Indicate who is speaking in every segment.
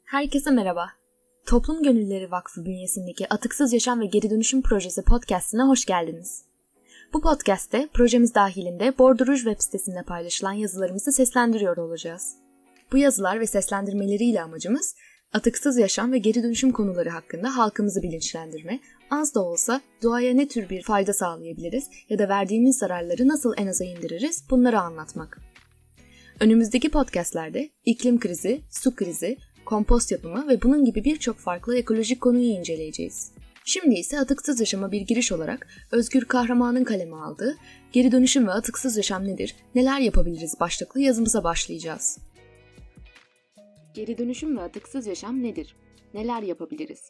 Speaker 1: Herkese merhaba. Toplum Gönülleri Vakfı bünyesindeki Atıksız Yaşam ve Geri Dönüşüm Projesi podcast'ine hoş geldiniz. Bu podcast'te projemiz dahilinde Bordo Rouge web sitesinde paylaşılan yazılarımızı seslendiriyor olacağız. Bu yazılar ve seslendirmeleriyle amacımız atıksız yaşam ve geri dönüşüm konuları hakkında halkımızı bilinçlendirme, az da olsa doğaya ne tür bir fayda sağlayabiliriz ya da verdiğimiz zararları nasıl en aza indiririz bunları anlatmak. Önümüzdeki podcastlerde iklim krizi, su krizi, kompost yapımı ve bunun gibi birçok farklı ekolojik konuyu inceleyeceğiz. Şimdi ise atıksız yaşama bir giriş olarak Özgür Kahraman'ın kaleme aldığı Geri Dönüşüm ve Atıksız Yaşam nedir, neler yapabiliriz başlıklı yazımıza başlayacağız. Geri dönüşüm ve atıksız yaşam nedir? Neler yapabiliriz?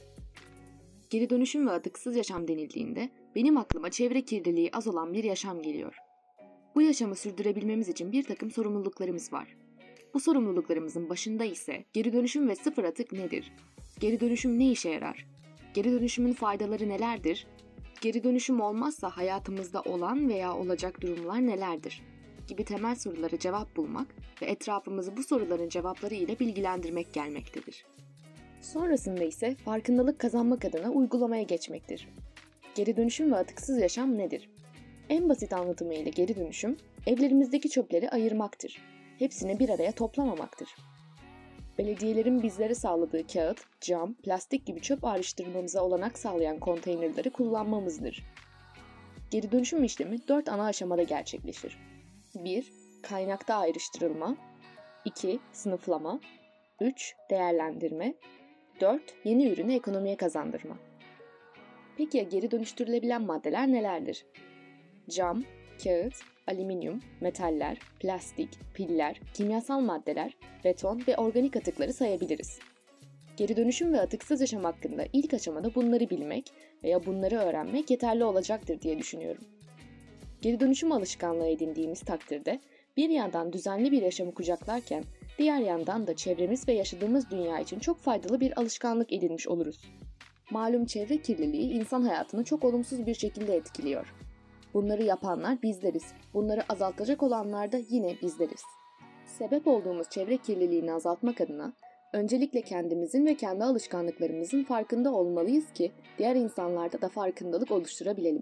Speaker 1: Geri dönüşüm ve atıksız yaşam denildiğinde benim aklıma çevre kirliliği az olan bir yaşam geliyor. Bu yaşamı sürdürebilmemiz için bir takım sorumluluklarımız var. Bu sorumluluklarımızın başında ise geri dönüşüm ve sıfır atık nedir? Geri dönüşüm ne işe yarar? Geri dönüşümün faydaları nelerdir? Geri dönüşüm olmazsa hayatımızda olan veya olacak durumlar nelerdir? Gibi temel sorulara cevap bulmak ve etrafımızı bu soruların cevapları ile bilgilendirmek gelmektedir. Sonrasında ise farkındalık kazanmak adına uygulamaya geçmektir. Geri dönüşüm ve atıksız yaşam nedir? En basit anlatımıyla geri dönüşüm, evlerimizdeki çöpleri ayırmaktır. Hepsini bir araya toplamamaktır. Belediyelerin bizlere sağladığı kağıt, cam, plastik gibi çöp ayrıştırmamıza olanak sağlayan konteynerleri kullanmamızdır. Geri dönüşüm işlemi 4 ana aşamada gerçekleşir. 1. Kaynakta ayrıştırılma. 2. Sınıflama. 3. Değerlendirme. 4. Yeni ürünü ekonomiye kazandırma. Peki ya geri dönüştürülebilen maddeler nelerdir? Cam, kağıt, alüminyum, metaller, plastik, piller, kimyasal maddeler, beton ve organik atıkları sayabiliriz. Geri dönüşüm ve atıksız yaşam hakkında ilk aşamada bunları bilmek veya bunları öğrenmek yeterli olacaktır diye düşünüyorum. Geri dönüşüm alışkanlığı edindiğimiz takdirde bir yandan düzenli bir yaşamı kucaklarken diğer yandan da çevremiz ve yaşadığımız dünya için çok faydalı bir alışkanlık edinmiş oluruz. Malum çevre kirliliği insan hayatını çok olumsuz bir şekilde etkiliyor. Bunları yapanlar bizleriz. Bunları azaltacak olanlar da yine bizleriz. Sebep olduğumuz çevre kirliliğini azaltmak adına öncelikle kendimizin ve kendi alışkanlıklarımızın farkında olmalıyız ki diğer insanlarda da farkındalık oluşturabilelim.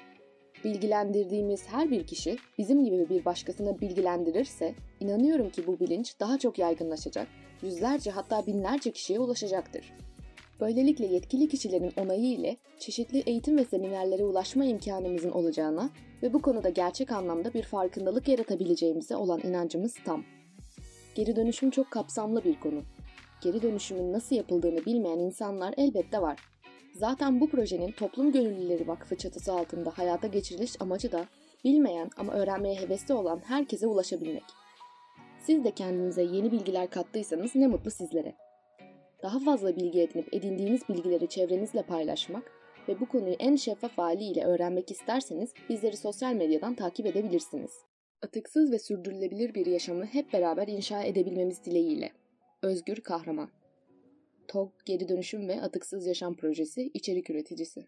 Speaker 1: Bilgilendirdiğimiz her bir kişi bizim gibi bir başkasını bilgilendirirse inanıyorum ki bu bilinç daha çok yaygınlaşacak, yüzlerce hatta binlerce kişiye ulaşacaktır. Böylelikle yetkili kişilerin onayı ile çeşitli eğitim ve seminerlere ulaşma imkanımızın olacağına ve bu konuda gerçek anlamda bir farkındalık yaratabileceğimize olan inancımız tam. Geri dönüşüm çok kapsamlı bir konu. Geri dönüşümün nasıl yapıldığını bilmeyen insanlar elbette var. Zaten bu projenin Toplum Gönüllüleri Vakfı çatısı altında hayata geçiriliş amacı da bilmeyen ama öğrenmeye hevesli olan herkese ulaşabilmek. Siz de kendinize yeni bilgiler kattıysanız ne mutlu sizlere. Daha fazla bilgi edinip edindiğiniz bilgileri çevrenizle paylaşmak ve bu konuyu en şeffaf haliyle öğrenmek isterseniz bizleri sosyal medyadan takip edebilirsiniz. Atıksız ve sürdürülebilir bir yaşamı hep beraber inşa edebilmemiz dileğiyle. Özgür Kahraman. TOG Geri Dönüşüm ve Atıksız Yaşam Projesi içerik üreticisi.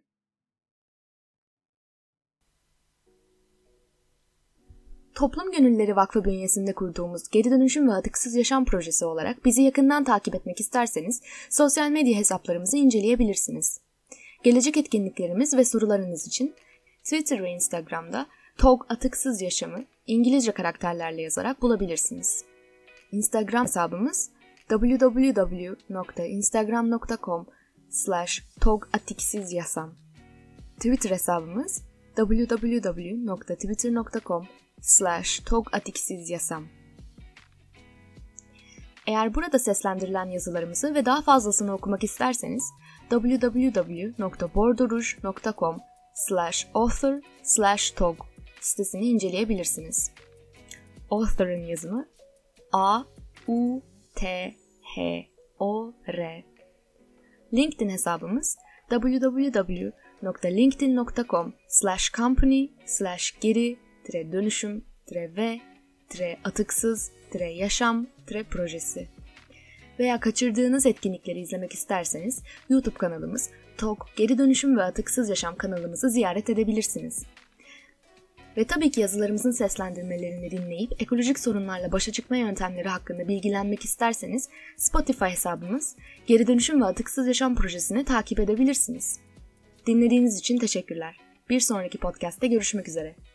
Speaker 1: Toplum Gönüllüleri Vakfı bünyesinde kurduğumuz Geri Dönüşüm ve Atıksız Yaşam Projesi olarak bizi yakından takip etmek isterseniz sosyal medya hesaplarımızı inceleyebilirsiniz. Gelecek etkinliklerimiz ve sorularınız için Twitter ve Instagram'da TOG Atıksız Yaşam'ı İngilizce karakterlerle yazarak bulabilirsiniz. Instagram hesabımız www.instagram.com/togatiksizyasam. Twitter hesabımız www.twitter.com/togatiksizyasam. Eğer burada seslendirilen yazılarımızı ve daha fazlasını okumak isterseniz www.bordorouge.com/author/tog sitesini inceleyebilirsiniz. Author'ın yazımı A-U-T-H-O-R. LinkedIn hesabımız www.linkedin.com/company/geri-dönüşüm-ve-atıksız-yaşam-projesi veya kaçırdığınız etkinlikleri izlemek isterseniz YouTube kanalımız TOG Geri Dönüşüm ve Atıksız Yaşam kanalımızı ziyaret edebilirsiniz. Ve tabii ki yazılarımızın seslendirmelerini dinleyip ekolojik sorunlarla başa çıkma yöntemleri hakkında bilgilenmek isterseniz Spotify hesabımız Geri Dönüşüm ve Atıksız Yaşam projesini takip edebilirsiniz. Dinlediğiniz için teşekkürler. Bir sonraki podcast'te görüşmek üzere.